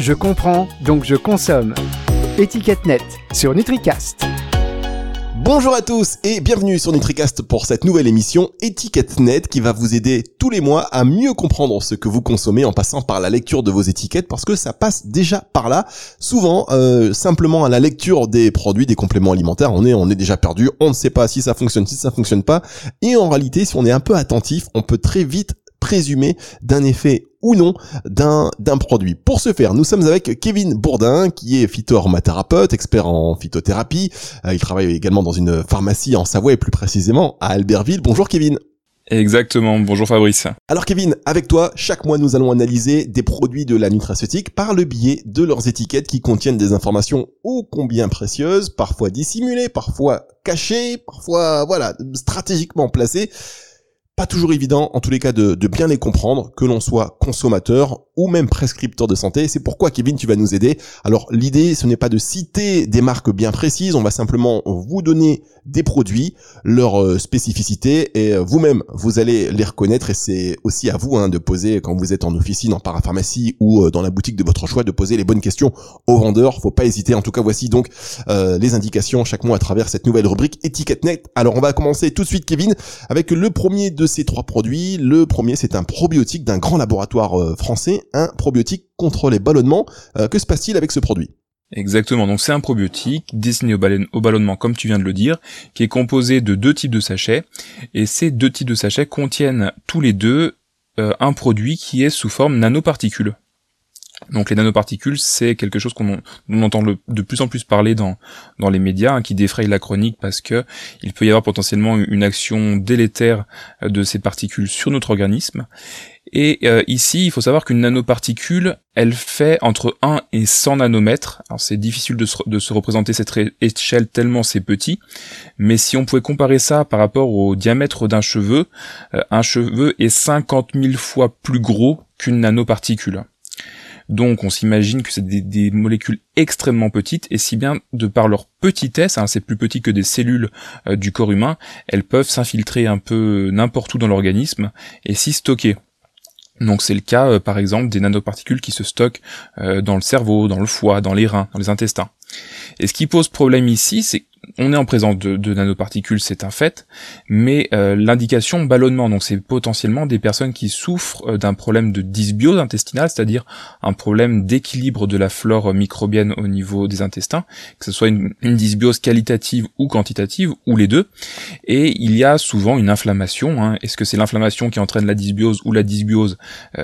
Je comprends, donc je consomme. Étiquette Net sur NutriCast. Bonjour à tous et bienvenue sur NutriCast pour cette nouvelle émission Étiquette Net qui va vous aider tous les mois à mieux comprendre ce que vous consommez en passant par la lecture de vos étiquettes parce que ça passe déjà par là. Souvent, simplement à la lecture des produits, des compléments alimentaires, on est déjà perdu, on ne sait pas si ça fonctionne, si ça fonctionne pas. Et en réalité, si on est un peu attentif, on peut très vite présumer d'un effet ou non d'un produit. Pour ce faire, nous sommes avec Kevin Bourdin, qui est phytoaromathérapeute, expert en phytothérapie. Il travaille également dans une pharmacie en Savoie et plus précisément à Albertville. Bonjour Kevin. Exactement, bonjour Fabrice. Alors Kevin, avec toi, chaque mois nous allons analyser des produits de la nutraceutique par le biais de leurs étiquettes qui contiennent des informations ô combien précieuses, parfois dissimulées, parfois cachées, parfois stratégiquement placées. Pas toujours évident, en tous les cas, de bien les comprendre, que l'on soit consommateur ou même prescripteur de santé. C'est pourquoi, Kevin, tu vas nous aider. Alors, l'idée, ce n'est pas de citer des marques bien précises, on va simplement vous donner des produits, leurs spécificités, et vous-même, vous allez les reconnaître, et c'est aussi à vous de poser, quand vous êtes en officine, en parapharmacie ou dans la boutique de votre choix, de poser les bonnes questions aux vendeurs. Faut pas hésiter. En tout cas, voici donc les indications chaque mois à travers cette nouvelle rubrique Étiquette Net. Alors, on va commencer tout de suite, Kevin, avec le premier de ces trois produits. Le premier, c'est un probiotique d'un grand laboratoire français, un probiotique contre les ballonnements. Que se passe-t-il avec ce produit ? Exactement, donc c'est un probiotique destiné au ballonnement, comme tu viens de le dire, qui est composé de 2 types de sachets, et ces 2 types de sachets contiennent tous les deux un produit qui est sous forme nanoparticules. Donc les nanoparticules, c'est quelque chose dont on entend de plus en plus parler dans les médias, qui défraye la chronique parce que il peut y avoir potentiellement une action délétère de ces particules sur notre organisme. Et ici, il faut savoir qu'une nanoparticule, elle fait entre 1 et 100 nanomètres. Alors c'est difficile de se représenter cette échelle tellement c'est petit, mais si on pouvait comparer ça par rapport au diamètre d'un cheveu, un cheveu est 50 000 fois plus gros qu'une nanoparticule. Donc on s'imagine que c'est des molécules extrêmement petites, et si bien de par leur petitesse, c'est plus petit que des cellules du corps humain, elles peuvent s'infiltrer un peu n'importe où dans l'organisme et s'y stocker. Donc c'est le cas par exemple des nanoparticules qui se stockent dans le cerveau, dans le foie, dans les reins, dans les intestins. Et ce qui pose problème ici, c'est on est en présence de nanoparticules, c'est un fait, mais l'indication ballonnement, donc c'est potentiellement des personnes qui souffrent d'un problème de dysbiose intestinale, c'est-à-dire un problème d'équilibre de la flore microbienne au niveau des intestins, que ce soit une dysbiose qualitative ou quantitative, ou les deux, et il y a souvent une inflammation. Est-ce que c'est l'inflammation qui entraîne la dysbiose ou la dysbiose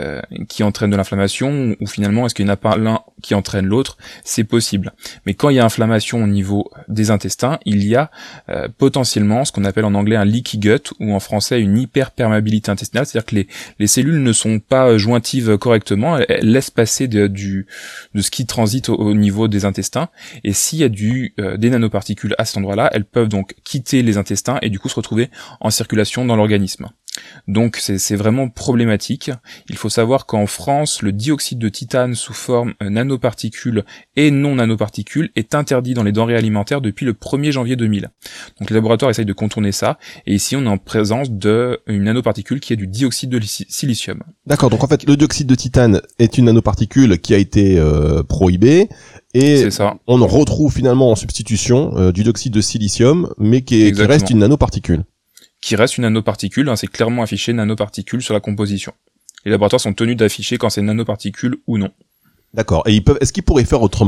qui entraîne de l'inflammation, ou finalement est-ce qu'il n'y en a pas l'un qui entraîne l'autre? C'est possible. Mais quand il y a inflammation au niveau des intestins, il y a potentiellement ce qu'on appelle en anglais un leaky gut, ou en français une hyperperméabilité intestinale, c'est-à-dire que les cellules ne sont pas jointives correctement, elles laissent passer de ce qui transite au niveau des intestins, et s'il y a des nanoparticules à cet endroit-là, elles peuvent donc quitter les intestins et du coup se retrouver en circulation dans l'organisme. Donc c'est vraiment problématique. Il faut savoir qu'en France, le dioxyde de titane sous forme nanoparticules et non nanoparticules est interdit dans les denrées alimentaires depuis le 1er janvier 2000. Donc les laboratoires essayent de contourner ça, et ici on est en présence d'une nanoparticule qui est du dioxyde de silicium. D'accord, donc en fait le dioxyde de titane est une nanoparticule qui a été prohibée, et on retrouve finalement en substitution du dioxyde de silicium, mais qui reste une nanoparticule. Qui reste une nanoparticule, c'est clairement affiché nanoparticule sur la composition. Les laboratoires sont tenus d'afficher quand c'est nanoparticule ou non. D'accord. Et est-ce qu'ils pourraient faire autrement ?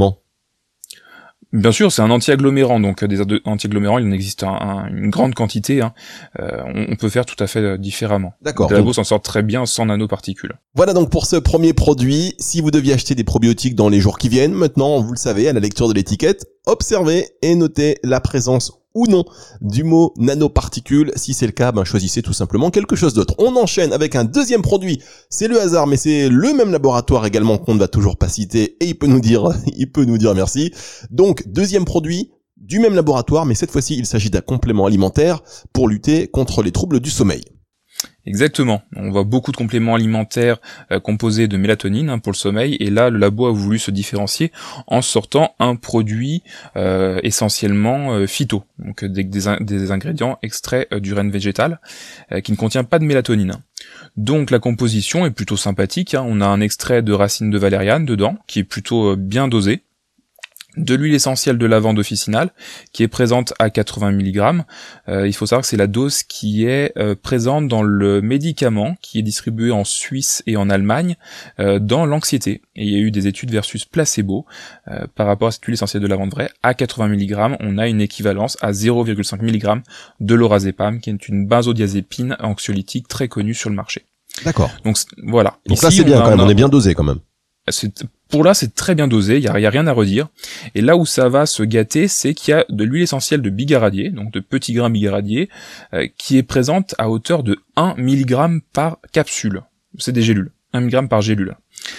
Bien sûr, c'est un anti-agglomérant, donc des anti-agglomérants, il en existe une grande quantité. On peut faire tout à fait différemment. D'accord. Les labos s'en sortent très bien sans nanoparticules. Voilà donc pour ce premier produit. Si vous deviez acheter des probiotiques dans les jours qui viennent, maintenant, vous le savez, à la lecture de l'étiquette, observez et notez la présence ou non du mot nanoparticule. Si c'est le cas, choisissez tout simplement quelque chose d'autre. On enchaîne avec un deuxième produit. C'est le hasard, mais c'est le même laboratoire également qu'on ne va toujours pas citer, et il peut nous dire merci. Donc, deuxième produit du même laboratoire, mais cette fois-ci, il s'agit d'un complément alimentaire pour lutter contre les troubles du sommeil. Exactement. On voit beaucoup de compléments alimentaires composés de mélatonine pour le sommeil, et là le labo a voulu se différencier en sortant un produit essentiellement phyto, donc des ingrédients extraits du renne végétal qui ne contient pas de mélatonine. Donc la composition est plutôt sympathique, on a un extrait de racine de valériane dedans qui est plutôt bien dosé, de l'huile essentielle de lavande officinale qui est présente à 80 mg. Il faut savoir que c'est la dose qui est présente dans le médicament qui est distribué en Suisse et en Allemagne dans l'anxiété. Et il y a eu des études versus placebo par rapport à cette huile essentielle de lavande vraie. À 80 mg, on a une équivalence à 0,5 mg de lorazépam, qui est une benzodiazépine anxiolytique très connue sur le marché. D'accord. Donc voilà. Donc ici, là c'est bien quand même, on est bien dosé quand même. Pour là, c'est très bien dosé, il y a rien à redire. Et là où ça va se gâter, c'est qu'il y a de l'huile essentielle de bigaradier, donc de petits grains bigaradier, qui est présente à hauteur de 1 mg par capsule. C'est des gélules, 1 mg par gélule.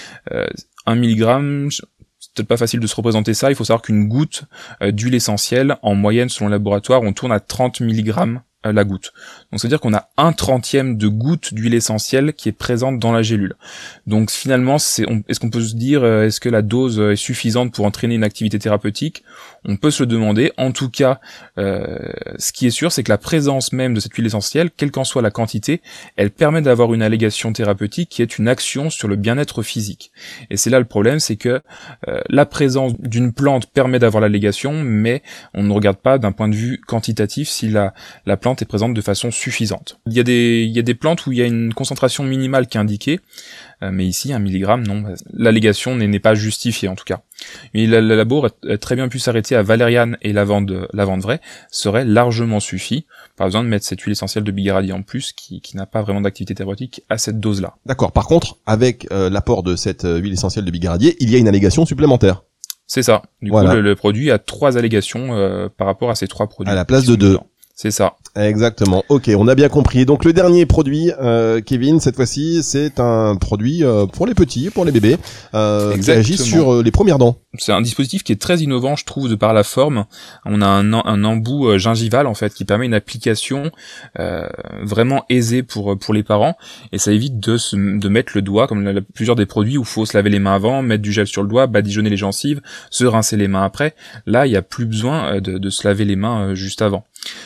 1 mg, c'est peut-être pas facile de se représenter ça, il faut savoir qu'une goutte d'huile essentielle, en moyenne selon le laboratoire, on tourne à 30 mg la goutte. Donc c'est-à-dire qu'on a 1/30 de goutte d'huile essentielle qui est présente dans la gélule. Donc finalement, est-ce qu'on peut se dire, est-ce que la dose est suffisante pour entraîner une activité thérapeutique ? On peut se le demander. En tout cas, ce qui est sûr, c'est que la présence même de cette huile essentielle, quelle qu'en soit la quantité, elle permet d'avoir une allégation thérapeutique qui est une action sur le bien-être physique. Et c'est là le problème, c'est que la présence d'une plante permet d'avoir l'allégation, mais on ne regarde pas d'un point de vue quantitatif si la plante est présente de façon suffisante. Il y a des plantes où il y a une concentration minimale qui est indiquée, mais ici 1 mg, non, l'allégation n'est pas justifiée en tout cas. Mais le labo aurait très bien pu s'arrêter à valériane et lavande vraie, serait largement suffi, pas besoin de mettre cette huile essentielle de bigaradier en plus qui n'a pas vraiment d'activité thérapeutique à cette dose-là. D'accord, par contre, avec l'apport de cette huile essentielle de bigaradier, il y a une allégation supplémentaire. C'est ça, du coup le produit a 3 allégations par rapport à ces 3 produits. À la place de 2. C'est ça. Exactement. Ok, on a bien compris. Donc le dernier produit, Kevin, cette fois-ci, c'est un produit pour les petits, pour les bébés, qui agit sur les premières dents. C'est un dispositif qui est très innovant, je trouve, de par la forme. On a un embout gingival en fait qui permet une application vraiment aisée pour les parents, et ça évite de mettre le doigt comme plusieurs des produits où faut se laver les mains avant, mettre du gel sur le doigt, badigeonner les gencives, se rincer les mains après. Là, il y a plus besoin de se laver les mains juste avant.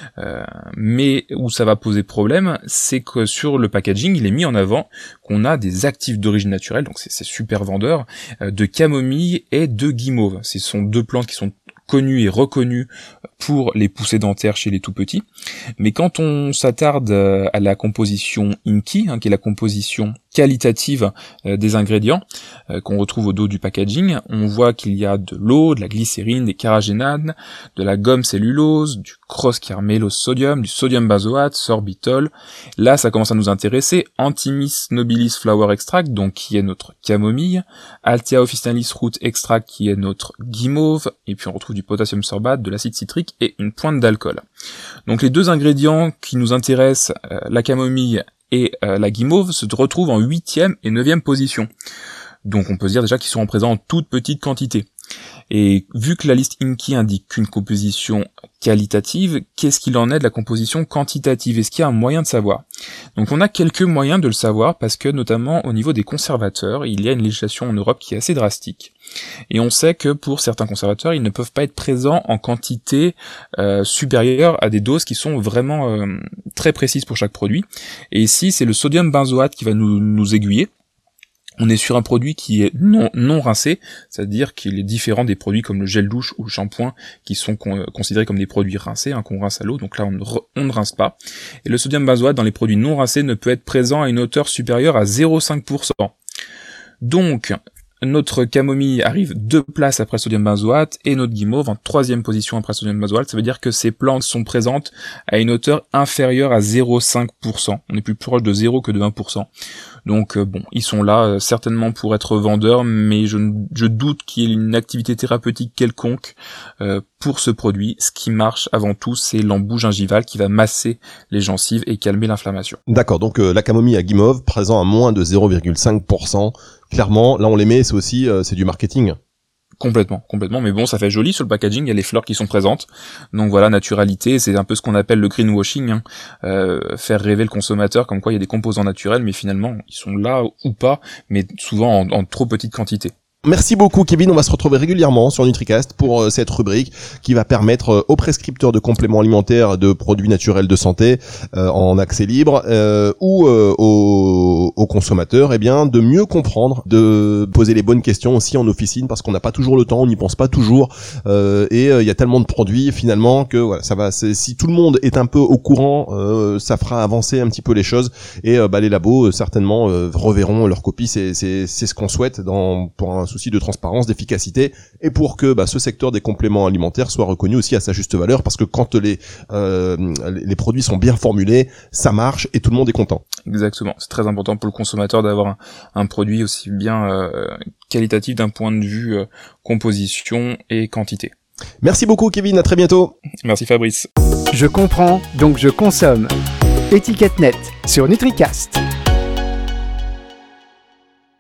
Mais où ça va poser problème, c'est que sur le packaging, il est mis en avant qu'on a des actifs d'origine naturelle, donc c'est super vendeur, de camomille et de guimauve. Ce sont 2 plantes qui sont connues et reconnues pour les poussées dentaires chez les tout petits. Mais quand on s'attarde à la composition INCI, qui est la composition qualitative des ingrédients qu'on retrouve au dos du packaging, on voit qu'il y a de l'eau, de la glycérine, des carragénanes, de la gomme cellulose, du cross-carmellose sodium, du sodium benzoate, sorbitol. Là, ça commence à nous intéresser. Antimis nobilis flower extract, donc qui est notre camomille, Althea officinalis root extract, qui est notre guimauve, et puis on retrouve du potassium sorbate, de l'acide citrique et une pointe d'alcool. Donc les 2 ingrédients qui nous intéressent, la camomille et la guimauve, se retrouvent en 8e et 9e position. Donc on peut se dire déjà qu'ils sont présents en toute petite quantité. Et vu que la liste INCI indique qu'une composition qualitative, qu'est-ce qu'il en est de la composition quantitative? Est-ce qu'il y a un moyen de savoir? Donc on a quelques moyens de le savoir, parce que notamment au niveau des conservateurs, il y a une législation en Europe qui est assez drastique. Et on sait que pour certains conservateurs, ils ne peuvent pas être présents en quantité supérieure à des doses qui sont vraiment très précises pour chaque produit. Et ici, c'est le sodium benzoate qui va nous aiguiller. On est sur un produit qui est non rincé, c'est-à-dire qu'il est différent des produits comme le gel douche ou le shampoing qui sont considérés comme des produits rincés, qu'on rince à l'eau, donc là on ne rince pas. Et le sodium benzoate dans les produits non rincés ne peut être présent à une hauteur supérieure à 0,5%. Donc, notre camomille arrive 2 places après sodium benzoate et notre guimauve en 3e position après sodium benzoate. Ça veut dire que ces plantes sont présentes à une hauteur inférieure à 0,5%. On est plus proche de 0 que de 1%. Donc bon, ils sont là certainement pour être vendeurs, mais je doute qu'il y ait une activité thérapeutique quelconque pour ce produit. Ce qui marche avant tout, c'est l'embout gingival qui va masser les gencives et calmer l'inflammation. D'accord, donc la camomille à guimauve, présent à moins de 0,5%. Clairement, là on les met, c'est aussi c'est du marketing. Complètement. Mais bon, ça fait joli sur le packaging, il y a les fleurs qui sont présentes. Donc voilà, naturalité, c'est un peu ce qu'on appelle le greenwashing, hein. Faire rêver le consommateur comme quoi il y a des composants naturels, mais finalement, ils sont là ou pas, mais souvent en trop petite quantité. Merci beaucoup Kevin, on va se retrouver régulièrement sur NutriCast pour cette rubrique qui va permettre aux prescripteurs de compléments alimentaires de produits naturels de santé en accès libre ou aux consommateurs de mieux comprendre, de poser les bonnes questions aussi en officine parce qu'on n'a pas toujours le temps, on n'y pense pas toujours et il y a tellement de produits finalement que voilà, ça va. Si tout le monde est un peu au courant, ça fera avancer un petit peu les choses et les labos certainement reverront leurs copies. C'est ce qu'on souhaite pour un souci de transparence, d'efficacité et pour que ce secteur des compléments alimentaires soit reconnu aussi à sa juste valeur parce que quand les produits sont bien formulés, ça marche et tout le monde est content. Exactement, c'est très important pour le consommateur d'avoir un produit aussi bien qualitatif d'un point de vue composition et quantité. Merci beaucoup Kevin, à très bientôt. Merci Fabrice. Je comprends, donc je consomme. Étiquette Net sur NutriCast.